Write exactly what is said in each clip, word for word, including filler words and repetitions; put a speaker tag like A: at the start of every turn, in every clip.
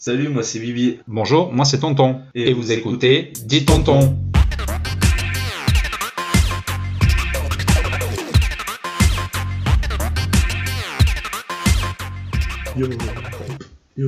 A: Salut, moi c'est Bibi.
B: Bonjour, moi c'est Tonton.
A: Et,
B: Et vous, vous écoutez, écoutez Dis Tonton.
A: Yo, yo,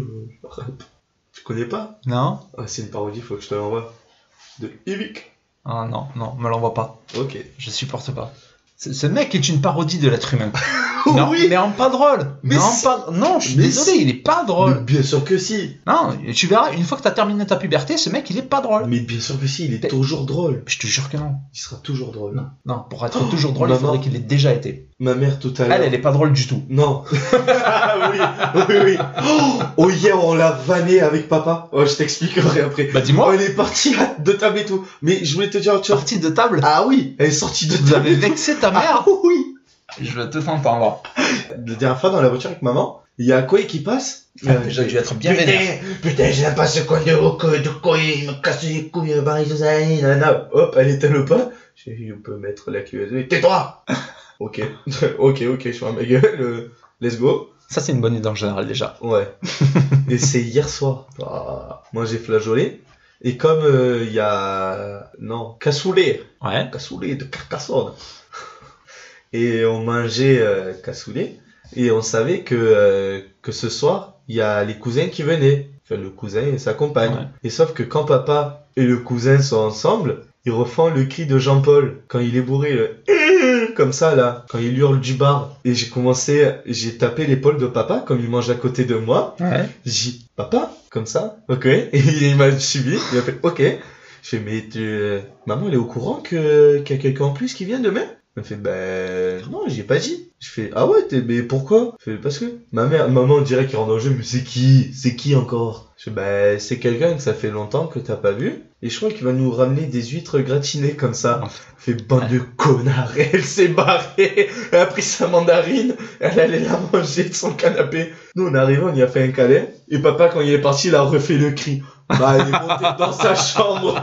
A: tu connais pas?
B: Non.
A: Ah, c'est une parodie, faut que je te l'envoie. De Yvick.
B: Ah non, non, me l'envoie pas.
A: Ok.
B: Je supporte pas. Ce, ce mec est une parodie de l'être humain. Non,
A: oui.
B: mais en pas drôle. Mais non, pas... non, je suis
A: mais
B: désolé,
A: si.
B: il est pas drôle.
A: Mais bien sûr que si.
B: Non, tu verras, une fois que t'as terminé ta puberté, ce mec, il est pas drôle.
A: Mais bien sûr que si, il est toujours drôle.
B: Je te jure que non.
A: Il sera toujours drôle.
B: Non, non pour être oh, toujours drôle,
A: maman.
B: Il faudrait qu'il ait déjà été.
A: Ma mère tout à l'heure.
B: Elle, elle est pas drôle du tout.
A: Non. oui, oui, oui. Oh, oh, hier, on l'a vanné avec papa. Oh, je t'expliquerai après.
B: Bah dis-moi.
A: Oh, elle est partie de table et tout. Mais je voulais te dire, tu vois.
B: Partie de table.
A: Ah oui, elle est sortie de table.
B: Vous avez vexé ta mère.
A: Ah oui.
B: Je vais te t'entendre.
A: La dernière fois dans la voiture avec maman, il y a quoi qui passe?
B: Ah, déjà dû être bien vénère.
A: Putain, j'aime pas ce coin de de, de quoi il me casse les couilles, Paris José, nanana. Hop, elle éteint le pas. J'ai dit, on peut mettre la clé U S B. Tais-toi. Ok, ok, ok, je suis à ma gueule. Let's go.
B: Ça, c'est une bonne idée en général déjà.
A: Ouais. Et c'est hier soir. Ah, moi, j'ai flageolé. Et comme il euh, y a... Non, cassoulet.
B: Ouais.
A: Cassoulet de Carcassonne. Et on mangeait euh, cassoulet. Et on savait que, euh, que ce soir, il y a les cousins qui venaient. Enfin, le cousin et sa compagne. Ouais. Et sauf que quand papa et le cousin sont ensemble, ils refont le cri de Jean-Paul. Quand il est bourré, le... comme ça, là. Quand il hurle du bar. Et j'ai commencé, j'ai tapé l'épaule de papa, comme il mange à côté de moi.
B: Ouais.
A: J'ai dit, papa, comme ça, ok. Et il m'a suivi, il a fait, ok. Je fais, mais tu... maman, elle est au courant que... qu'il y a quelqu'un en plus qui vient demain? Elle me fait, ben, non, j'ai pas dit. Je fais, ah ouais, t'es, mais pourquoi? Je fais, parce que ma mère, maman dirait qu'il rentre dans le jeu, mais c'est qui? C'est qui encore? Je fais, ben, c'est quelqu'un que ça fait longtemps que t'as pas vu. Et je crois qu'il va nous ramener des huîtres gratinées comme ça. Elle fait, bande de connards. Et elle s'est barrée. Elle a pris sa mandarine. Elle allait la manger de son canapé. Nous, on est arrivé, on y a fait un câlin. Et papa, quand il est parti, il a refait le cri. Bah, il est monté dans sa chambre.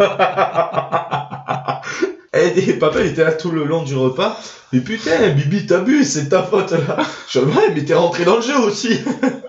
A: Et papa, il était là tout le long du repas. Et putain, Bibi, t'as bu, c'est ta faute là. Je dis, ouais, mais t'es rentré dans le jeu aussi.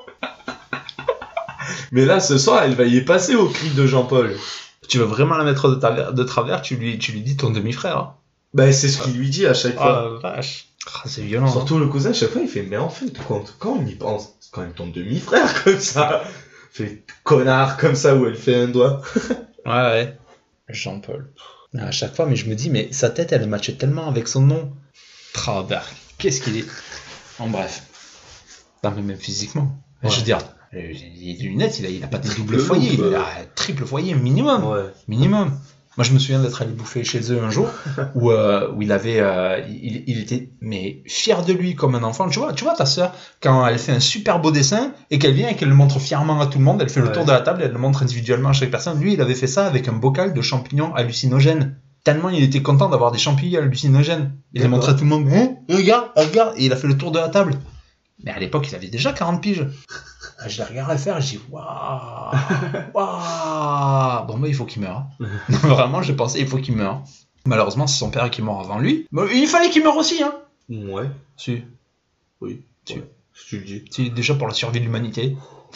A: Mais là, ce soir, elle va y passer au cri de Jean-Paul.
B: Tu veux vraiment la mettre de, travers, de travers, tu lui, tu lui dis ton demi-frère. Hein.
A: Bah, c'est ce qu'il lui dit à chaque fois.
B: Oh la vache. Oh, c'est violent.
A: Surtout
B: hein.
A: le cousin, à chaque fois, il fait, mais en fait, quand, quand on y pense, c'est quand même ton demi-frère comme ça. Il fait connard comme ça où elle fait un doigt.
B: Ouais, ouais. Jean-Paul. À chaque fois, mais je me dis, mais sa tête, elle matchait tellement avec son nom. Travers. Qu'est-ce qu'il est. En bref. Non, mais même physiquement. Ouais. Je veux dire, les lunettes, il a, il a pas des doubles foyers, il a un triple foyer minimum.
A: Ouais.
B: Minimum. Moi, je me souviens d'être allé bouffer chez eux un jour où, euh, où il avait, euh, il, il était, mais fier de lui comme un enfant. Tu vois, tu vois ta sœur, quand elle fait un super beau dessin et qu'elle vient et qu'elle le montre fièrement à tout le monde, elle fait le ouais. tour de la table, elle le montre individuellement à chaque personne. Lui, il avait fait ça avec un bocal de champignons hallucinogènes. Tellement il était content d'avoir des champignons hallucinogènes. Il les montrait à tout le monde. Hein, regarde, regarde. Et il a fait le tour de la table. Mais à l'époque, il avait déjà quarante piges. Je l'ai regardé faire et je dis waouh, waouh. Bon, bah, il faut qu'il meure. Vraiment, j'ai pensé, il faut qu'il meure. Malheureusement, c'est son père qui est mort avant lui. Bon, il fallait qu'il meure aussi, hein.
A: Ouais.
B: Si.
A: Oui.
B: Si.
A: Ouais. Si tu le dis.
B: Si, déjà pour la survie de l'humanité.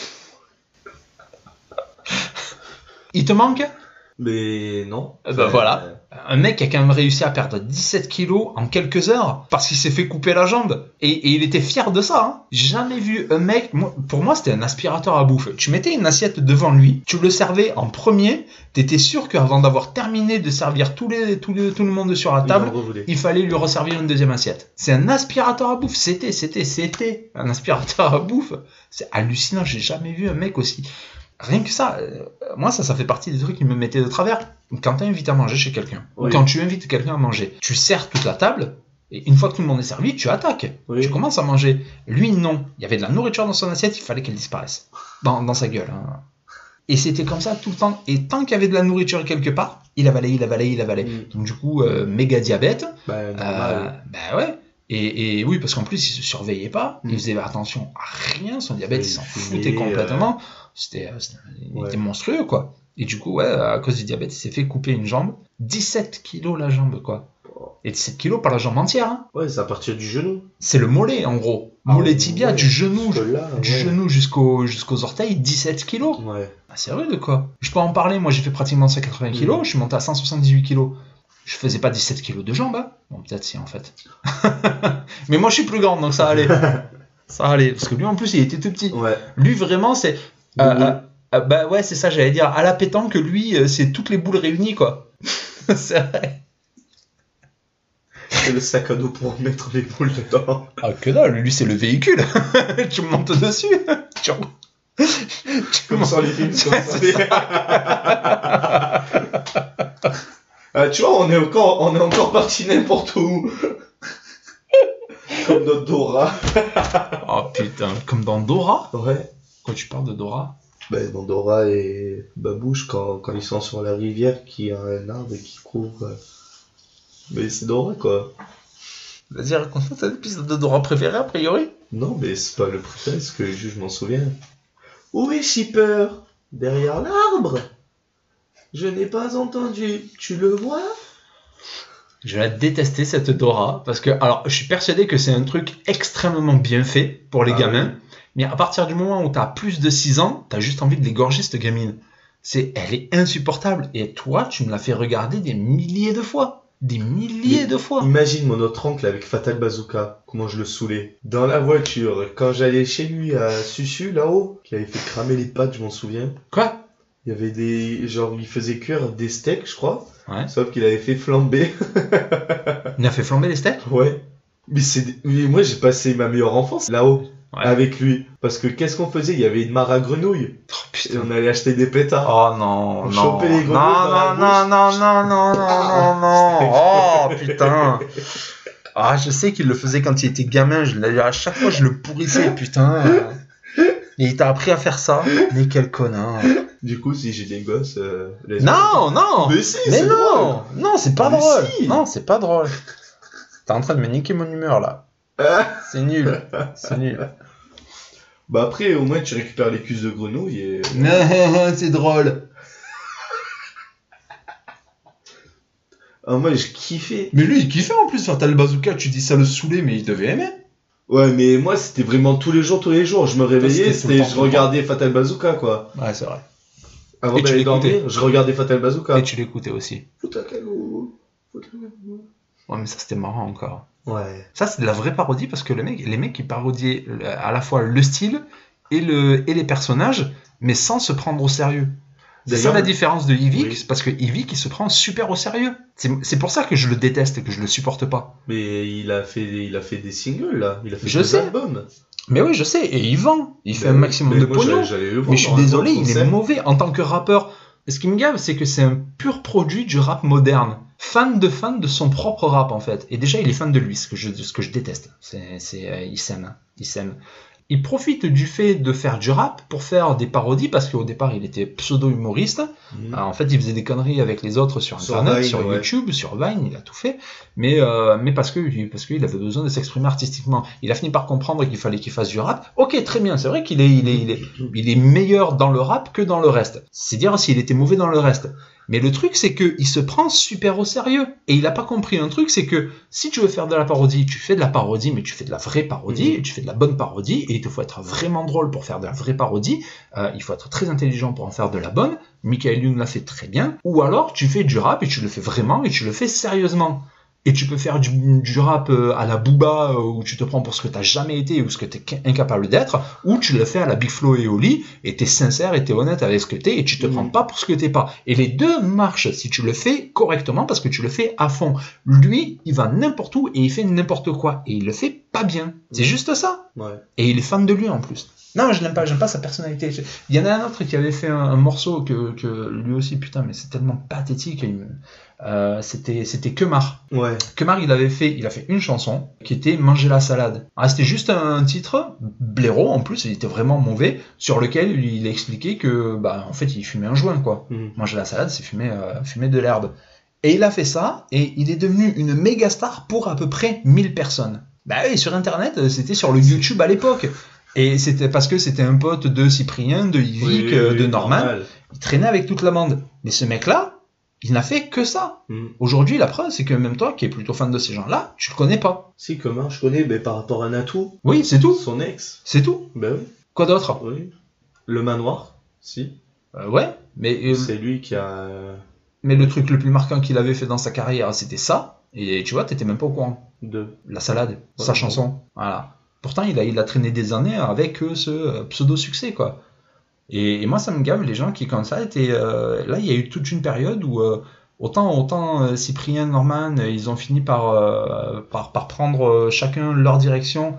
B: Il te manque?
A: Mais non.
B: Ben euh, voilà. Un mec qui a quand même réussi à perdre dix-sept kilos en quelques heures parce qu'il s'est fait couper la jambe. Et, et il était fier de ça. Hein. Jamais vu un mec... Moi, pour moi, c'était un aspirateur à bouffe. Tu mettais une assiette devant lui, tu le servais en premier, t'étais sûr qu'avant d'avoir terminé de servir tous les, tous les, tout le monde sur la table, il, il fallait lui resservir une deuxième assiette. C'est un aspirateur à bouffe. C'était, c'était, c'était un aspirateur à bouffe. C'est hallucinant. J'ai jamais vu un mec aussi... Rien que ça, euh, moi ça, ça fait partie des trucs qui me mettaient de travers. Quand tu invites à manger chez quelqu'un, oui. ou quand tu invites quelqu'un à manger, tu sers toute la table, et une fois que tout le monde est servi, tu attaques. Oui. Tu commences à manger. Lui, non. Il y avait de la nourriture dans son assiette, il fallait qu'elle disparaisse. Dans, dans sa gueule. Hein. Et c'était comme ça tout le temps. Et tant qu'il y avait de la nourriture quelque part, il avalait, il avalait, il avalait. Mm. Donc du coup, euh, méga diabète.
A: Bah,
B: euh, bah ouais. Et, et oui, parce qu'en plus, il se surveillait pas, mm. il faisait attention à rien, son diabète, oui, il s'en foutait complètement. Euh... C'était, c'était il ouais. était monstrueux, quoi. Et du coup, ouais, à cause du diabète, il s'est fait couper une jambe. dix-sept kilos la jambe, quoi. Et dix-sept kilos, pas la jambe entière. Hein.
A: Ouais, c'est à partir du genou.
B: C'est le mollet, en gros.
A: Ah,
B: Mollet tibia,
A: ouais.
B: du genou,
A: Là,
B: du
A: ouais.
B: genou jusqu'au, jusqu'aux orteils, dix-sept kilos.
A: Ouais.
B: Ah, c'est rude, quoi. Je peux en parler, moi j'ai fait pratiquement cent quatre-vingts kilos,
A: Mmh.
B: je suis monté à cent soixante-dix-huit kilos. Je faisais pas dix-sept kilos de jambes, hein. Bon, peut-être si, en fait. Mais moi je suis plus grand, donc ça allait. Ça allait. Parce que lui, en plus, il était tout petit.
A: Ouais.
B: Lui, vraiment, c'est...
A: Mmh.
B: Euh, euh, euh, bah ouais, c'est ça, j'allais dire. À la pétanque, lui, euh, c'est toutes les boules réunies, quoi. C'est vrai.
A: C'est le sac à dos pour mettre les boules dedans.
B: Ah, que dalle, lui, c'est le véhicule. Tu montes dessus. Tu... tu
A: Comme
B: montes-
A: sur les films. Comme ça. Ah, tu vois, on est encore, on est encore parti n'importe où. Comme notre Dora.
B: Oh putain, comme dans Dora.
A: Ouais.
B: Quand tu parles de Dora.
A: Ben, dans Dora et Babouche, quand, quand ils sont sur la rivière, qui a un arbre qui court. euh, Mais c'est Dora, quoi.
B: Vas-y, raconte-moi ton épisode de Dora préféré, a priori.
A: Non, mais c'est pas le préféré, c'est que je m'en souviens. Où est Shipper? Derrière l'arbre? Je n'ai pas entendu. Tu le vois?
B: Je vais détester cette Dora, parce que, alors, je suis persuadé que c'est un truc extrêmement bien fait pour les
A: Ah
B: gamins,
A: oui.
B: mais à partir du moment où t'as plus de six ans, t'as juste envie de l'égorger, cette gamine. C'est, elle est insupportable, et toi, tu me l'as fait regarder des milliers de fois. Des milliers
A: Mais
B: de fois.
A: Imagine mon autre oncle avec Fatal Bazooka, comment je le saoulais. Dans la voiture, quand j'allais chez lui à Susu, là-haut, qui avait fait cramer les pattes, je m'en souviens.
B: Quoi?
A: Il y avait des... Genre, il faisait cuire des steaks, je crois.
B: Ouais.
A: Sauf qu'il avait fait flamber.
B: Il a fait flamber les steaks?
A: Ouais. Mais c'est... Mais moi, j'ai passé ma meilleure enfance là-haut,
B: Ouais.
A: avec lui. Parce que qu'est-ce qu'on faisait? Il y avait une mare à grenouilles.
B: Oh
A: Et
B: putain.
A: on allait acheter des pétards.
B: Oh non,
A: On
B: non.
A: chopait les
B: non,
A: grenouilles dans la
B: non, non,
A: bouche.
B: non, non, non, non, non, non. Oh putain. Ah, je sais qu'il le faisait quand il était gamin. Je, l'ai- à chaque fois, je le pourrissais, putain. Et il t'a appris à faire ça? Mais quel connard.
A: Du coup, si j'ai des gosses... Euh, laisse-
B: Non, non.
A: Mais si,
B: Mais
A: c'est
B: non,
A: drôle.
B: non, c'est pas
A: Mais
B: drôle.
A: si.
B: Non, c'est pas drôle. T'es en train de me niquer mon humeur là.
A: Ah.
B: C'est nul. C'est nul.
A: Bah après, au moins, tu récupères les cuisses de grenouille et...
B: C'est drôle.
A: Ah, moi, je kiffais.
B: Mais lui, il kiffait en plus Fatal Bazooka. Tu dis ça le saoulait, mais il devait aimer.
A: Ouais, mais moi, c'était vraiment tous les jours, tous les jours. Je me réveillais,
B: c'était tout le
A: c'était,
B: temps,
A: je
B: tout le
A: regardais Fatal Bazooka, quoi.
B: Ouais, c'est vrai.
A: Avant
B: Et tu
A: d'aller
B: l'écoutais.
A: dormir, je regardais Fatal Bazooka.
B: Et tu l'écoutais aussi.
A: Foutakalo, Foutakalo.
B: Ouais, mais ça, c'était marrant encore.
A: Ouais.
B: Ça, c'est de la vraie parodie parce que le mec, les mecs, qui parodiaient le- à la fois le style et, le, et les personnages, mais sans se prendre au sérieux. C'est ça
A: D'ailleurs-
B: la différence de Yvick,
A: Oui.
B: parce que Yvick, il se prend super au sérieux. C'est c'est pour ça que je le déteste et que je le supporte pas.
A: Mais il a fait, il a fait des singles, là. Il a fait
B: Je
A: des
B: sais.
A: albums.
B: Mais oui, je sais, et il vend. Il fait
A: Ben
B: un
A: oui,
B: maximum
A: mais
B: de
A: moi,
B: pognon.
A: j'allais- j'allais le voir
B: Mais je suis
A: dans un
B: désolé, il
A: concert.
B: est mauvais en tant que rappeur. Et ce qui me gave, c'est que c'est un pur produit du rap moderne. Fan de fan de son propre rap, en fait. Et déjà, il est fan de lui, ce que je, ce que je déteste. C'est, c'est, euh, il s'aime. hein. Il s'aime. Il profite du fait de faire du rap pour faire des parodies, parce qu'au départ, il était pseudo-humoriste.
A: Mhm.
B: Alors, en fait, il faisait des conneries avec les autres sur
A: Sur
B: Internet,
A: Vine,
B: sur
A: ouais.
B: YouTube, sur Vine, il a tout fait. Mais, euh, mais parce que parce qu'il avait besoin de s'exprimer artistiquement. Il a fini par comprendre qu'il fallait qu'il fasse du rap. Ok, très bien, c'est vrai qu'il est, il est, il est, il est meilleur dans le rap que dans le reste. C'est dire s'il était mauvais dans le reste. Mais le truc, c'est qu'il se prend super au sérieux. Et il n'a pas compris un truc, c'est que si tu veux faire de la parodie, tu fais de la parodie, mais tu fais de la vraie parodie,
A: Mhm.
B: et tu fais de la bonne parodie, et il te faut être vraiment drôle pour faire de la vraie parodie. Euh, il faut être très intelligent pour en faire de la bonne. Michael Youn l'a fait très bien. Ou alors, tu fais du rap et tu le fais vraiment et tu le fais sérieusement. Et tu peux faire du, du rap euh, à la Booba, euh, où tu te prends pour ce que t'as jamais été ou ce que t'es incapable d'être, ou tu le fais à la Big Flo et Oli, et t'es sincère et t'es honnête avec ce que t'es, et tu te
A: Mhm.
B: prends pas pour ce que t'es pas. Et les deux marchent si tu le fais correctement, parce que tu le fais à fond. Lui, il va n'importe où et il fait n'importe quoi, et il le fait pas bien. C'est
A: Mhm.
B: juste ça.
A: Ouais.
B: Et il est fan de lui en plus. Non, je l'aime pas, j'aime pas sa personnalité. Je- Il y en a un autre qui avait fait un, un morceau que, que lui aussi, putain, mais c'est tellement pathétique. il me- euh, c'était, c'était Kemar.
A: Ouais.
B: Kemar, il avait fait, il a fait une chanson qui était Manger la salade. Ah, c'était juste un titre, blaireau en plus, il était vraiment mauvais, sur lequel il expliquait que, bah, en fait, il fumait un joint, quoi.
A: Mhm.
B: Manger la salade, c'est fumer, euh, fumer de l'herbe. Et il a fait ça, et il est devenu une méga star pour à peu près mille personnes. Bah oui, sur Internet, c'était sur le YouTube à l'époque. Et c'était parce que c'était un pote de Cyprien, de Yvick,
A: Oui,
B: euh,
A: oui,
B: de Norman.
A: normal.
B: Il traînait avec toute la bande. Mais ce mec-là, Il n'a fait que ça.
A: Mm.
B: Aujourd'hui, la preuve, c'est que même toi, qui es plutôt fan de ces gens-là, tu le connais pas.
A: Si, comment je connais, mais par rapport à Natou,
B: Oui, c'est tout.
A: son ex.
B: C'est tout.
A: Ben oui.
B: Quoi d'autre?
A: Oui. Le manoir, si.
B: Euh, Ouais, mais, euh,
A: C'est lui qui a.
B: mais le truc le plus marquant qu'il avait fait dans sa carrière, c'était ça. Et tu vois, t'étais même pas au courant.
A: Deux.
B: La salade, sa
A: Ouais.
B: chanson. Voilà. Pourtant, il a, il a traîné des années avec euh, ce euh, pseudo-succès, quoi. Et, et moi, ça me gave, les gens qui, comme ça, étaient. euh, là, il y a eu toute une période où. euh, Autant, autant euh, Cyprien, Norman, euh, ils ont fini par, euh, par, par prendre euh, chacun leur direction,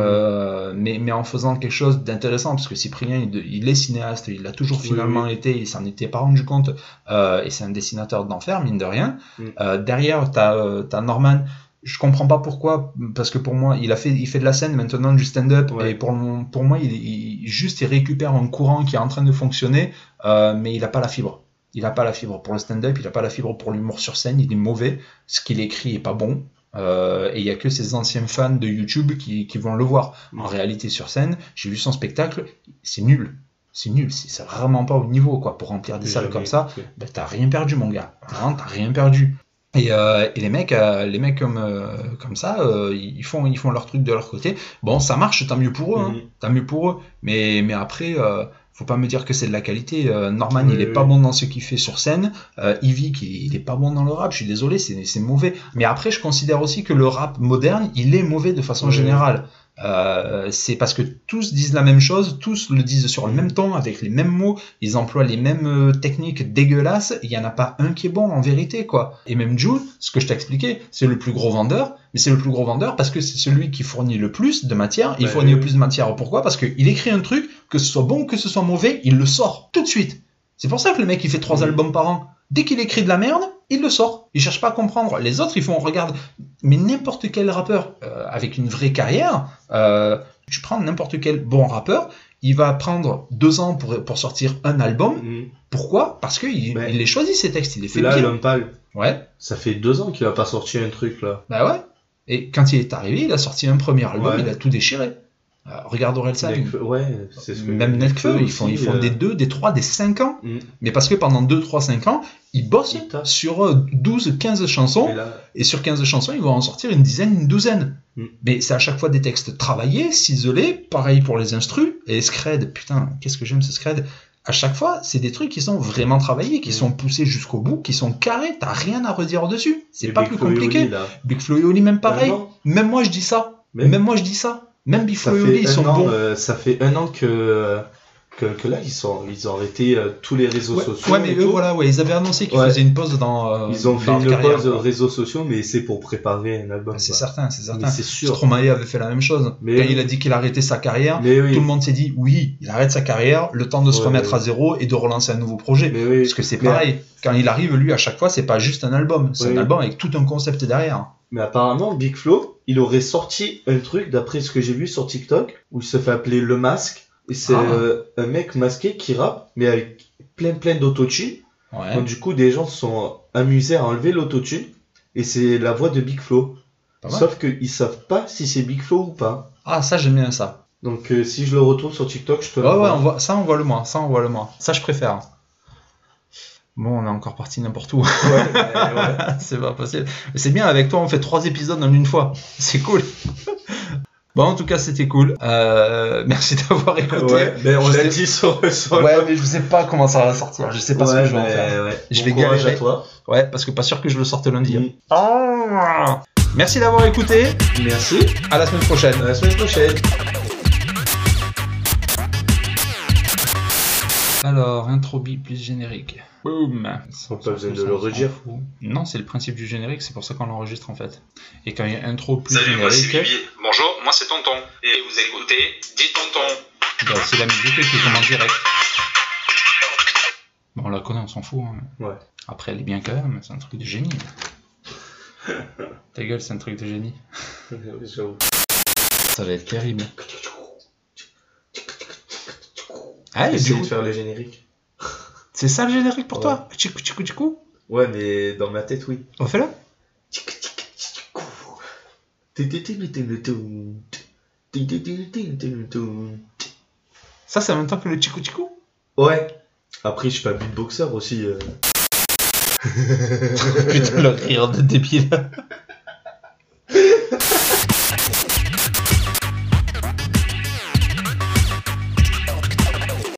B: euh, mais, mais en faisant quelque chose d'intéressant, parce que Cyprien, il, il est cinéaste, il l'a toujours
A: Oui,
B: finalement
A: oui.
B: été, il s'en était pas rendu compte, euh, et c'est un dessinateur d'enfer, mine de rien.
A: Mm.
B: Euh, derrière, t'as euh, t'as Norman, je comprends pas pourquoi, parce que pour moi, il a fait, il fait de la scène maintenant, du stand-up,
A: Ouais.
B: et pour, mon- pour moi, il, il, juste, il récupère un courant qui est en train de fonctionner, euh, mais il a pas la fibre. Il n'a pas la fibre pour le stand-up, il n'a pas la fibre pour l'humour sur scène, il est mauvais, ce qu'il écrit est pas bon, euh, et il y a que ses anciens fans de YouTube qui, qui vont le voir. En réalité, sur scène, j'ai vu son spectacle, c'est nul, c'est nul, c'est c'est vraiment pas au niveau, quoi. Pour remplir des
A: J'ai
B: salles
A: jamais
B: comme ça,
A: écouté.
B: ben, t'as rien perdu, mon gars. Vraiment, t'as rien perdu. Et, euh, et les mecs, euh, les mecs comme, euh, comme ça, euh, ils, font, ils font leur truc de leur côté. Bon, ça marche, tant mieux pour eux, hein,
A: Mhm.
B: tant mieux pour eux. Mais, mais après, euh, faut pas me dire que c'est de la qualité. Euh, Norman,
A: Oui,
B: il est
A: oui.
B: pas bon dans ce qu'il fait sur scène. Euh, Yvick, il, il est pas bon dans le rap. Je suis désolé, c'est c'est mauvais. Mais après, je considère aussi que le rap moderne, il est mauvais de façon
A: Oui,
B: générale. Euh, c'est parce que tous disent la même chose, tous le disent sur le même ton, avec les mêmes mots, ils emploient les mêmes euh, techniques dégueulasses, il y en a pas un qui est bon en vérité, quoi. Et même Jul, ce que je t'ai expliqué, c'est le plus gros vendeur, mais c'est le plus gros vendeur parce que c'est celui qui fournit le plus de matière, il
A: Ouais,
B: fournit
A: oui.
B: le plus de matière. Pourquoi? Parce qu'il écrit un truc, que ce soit bon ou que ce soit mauvais, il le sort tout de suite. C'est pour ça que le mec il fait trois
A: Mhm.
B: albums par an. Dès qu'il écrit de la merde, il le sort. Il cherche pas à comprendre. Les autres, ils font, regarde, mais n'importe quel rappeur euh, avec une vraie carrière, euh, tu prends n'importe quel bon rappeur, il va prendre deux ans pour, pour sortir un album.
A: Mhm.
B: Pourquoi? Parce qu'il
A: Ouais.
B: il les choisit, ces textes, il les fait
A: Là,
B: bien.
A: l'homme pâle,
B: Ouais,
A: ça fait deux ans qu'il a pas sorti un truc là.
B: bah ouais. Et quand il est arrivé, il a sorti un premier album,
A: Ouais.
B: il a tout déchiré. Euh, regarde Orelsan.
A: Nekfeu, ouais, c'est ce que.
B: Même Nekfeu, ils font,
A: aussi,
B: ils font
A: euh,
B: des deux, des trois, des cinq ans.
A: mhm.
B: Mais parce que pendant deux, trois, cinq ans, ils bossent
A: Ils taffent.
B: sur euh, douze, quinze chansons.
A: Et là,
B: Et sur quinze chansons, ils vont en sortir une dizaine, une douzaine.
A: Mm.
B: Mais c'est à chaque fois des textes travaillés, ciselés, pareil pour les instrus. Et Scred, putain, qu'est-ce que j'aime ce Scred. À chaque fois, c'est des trucs qui sont vraiment travaillés, qui
A: Mm.
B: sont poussés jusqu'au bout, qui sont carrés, t'as rien à redire dessus. C'est
A: les
B: pas
A: Big
B: plus
A: Flo et
B: compliqué.
A: Oli, là.
B: Big Flo et Oli, même pareil.
A: Un an.
B: Même moi, je dis ça.
A: Même-
B: Même moi, je dis ça. Même Big
A: Ça
B: Flo et
A: fait
B: Oli, ils
A: un
B: sont
A: an,
B: bons.
A: euh, ça fait un an que, que, que là, ils, sont, ils ont arrêté euh, tous les réseaux
B: Ouais,
A: sociaux.
B: ouais, mais
A: et
B: eux,
A: tout.
B: voilà, ouais, ils avaient annoncé qu'ils
A: Ouais.
B: faisaient une pause dans. euh,
A: Ils ont fait
B: dans leur
A: une
B: carrière,
A: pause
B: quoi.
A: aux réseaux sociaux, mais c'est pour préparer un album.
B: C'est
A: quoi.
B: certain, c'est certain.
A: Mais c'est sûr.
B: Stromae avait fait la même chose.
A: Mais
B: Quand
A: oui.
B: il a dit qu'il arrêtait sa carrière,
A: Mais oui.
B: tout le monde s'est dit oui, il arrête sa carrière, le temps de se
A: Ouais,
B: remettre
A: ouais.
B: à zéro et de relancer un nouveau projet.
A: Mais oui.
B: Parce que c'est
A: Mais-
B: pareil, quand il arrive, lui, à chaque fois, c'est pas juste un album, c'est
A: Oui.
B: un album avec tout un concept derrière.
A: Mais apparemment, Big Flo, il aurait sorti un truc, d'après ce que j'ai vu sur TikTok, où il se fait appeler Le Masque. Et c'est
B: Ah.
A: euh, un mec masqué qui rappe, mais avec plein plein d'autotune.
B: Ouais.
A: Donc du coup, des gens se sont amusés à enlever l'autotune. Et c'est la voix de Big Flo.
B: Pas mal.
A: Sauf qu'ils savent pas si c'est Big Flo ou pas.
B: Ah, ça, j'aime bien ça.
A: Donc euh, si je le retrouve sur TikTok, je te
B: Ouais, ouais,
A: l'envoie.
B: on voit, ça, on voit le moins, ça, on voit le moins. Ça, je préfère. Bon, on est encore parti n'importe où.
A: Ouais, mais ouais.
B: C'est pas possible. Mais c'est bien, avec toi, on fait trois épisodes en une fois. C'est cool. Bon, en tout cas, c'était cool. Euh, merci d'avoir écouté.
A: Ouais, mais on
B: Je
A: l'a
B: sais-
A: dit sur, sur
B: Ouais, mais je sais pas comment ça va sortir. Je sais pas ce que je vais en
A: mais
B: faire.
A: ouais.
B: Je
A: Bon
B: vais
A: courage
B: galérer.
A: à toi.
B: Ouais, parce que pas sûr que je le sorte lundi. hein.
A: Mm.
B: Ah. Merci d'avoir écouté.
A: Merci.
B: À la semaine prochaine.
A: À la semaine prochaine.
B: Alors, intro beat plus générique. Boum.
A: On pas besoin de le redire.
B: Non, c'est le principe du générique, c'est pour ça qu'on l'enregistre en fait. Et quand il y a intro plus
C: Salut, moi c'est
B: générique,
C: Vivier. Bonjour, moi c'est Tonton. Et vous écoutez Dis Tonton.
B: bah, c'est la musique qui est en direct. Bon, on la connaît, on s'en fout. hein.
A: Ouais.
B: Après, elle est bien quand même, c'est un truc de génie. Ta gueule, c'est un truc de génie.
A: J'avoue.
B: Ça va être terrible. Ah, et du
A: Essaye
B: coup,
A: de faire le générique.
B: c'est ça le générique pour
A: Ouais.
B: toi? Tchikou tchikou tchikou.
A: Ouais, mais dans ma tête, oui.
B: On fait là? Ça, c'est en même temps que le tchikou tchikou?
A: Ouais. Après, je suis pas beatboxer aussi. euh.
B: Putain, le rire de débile.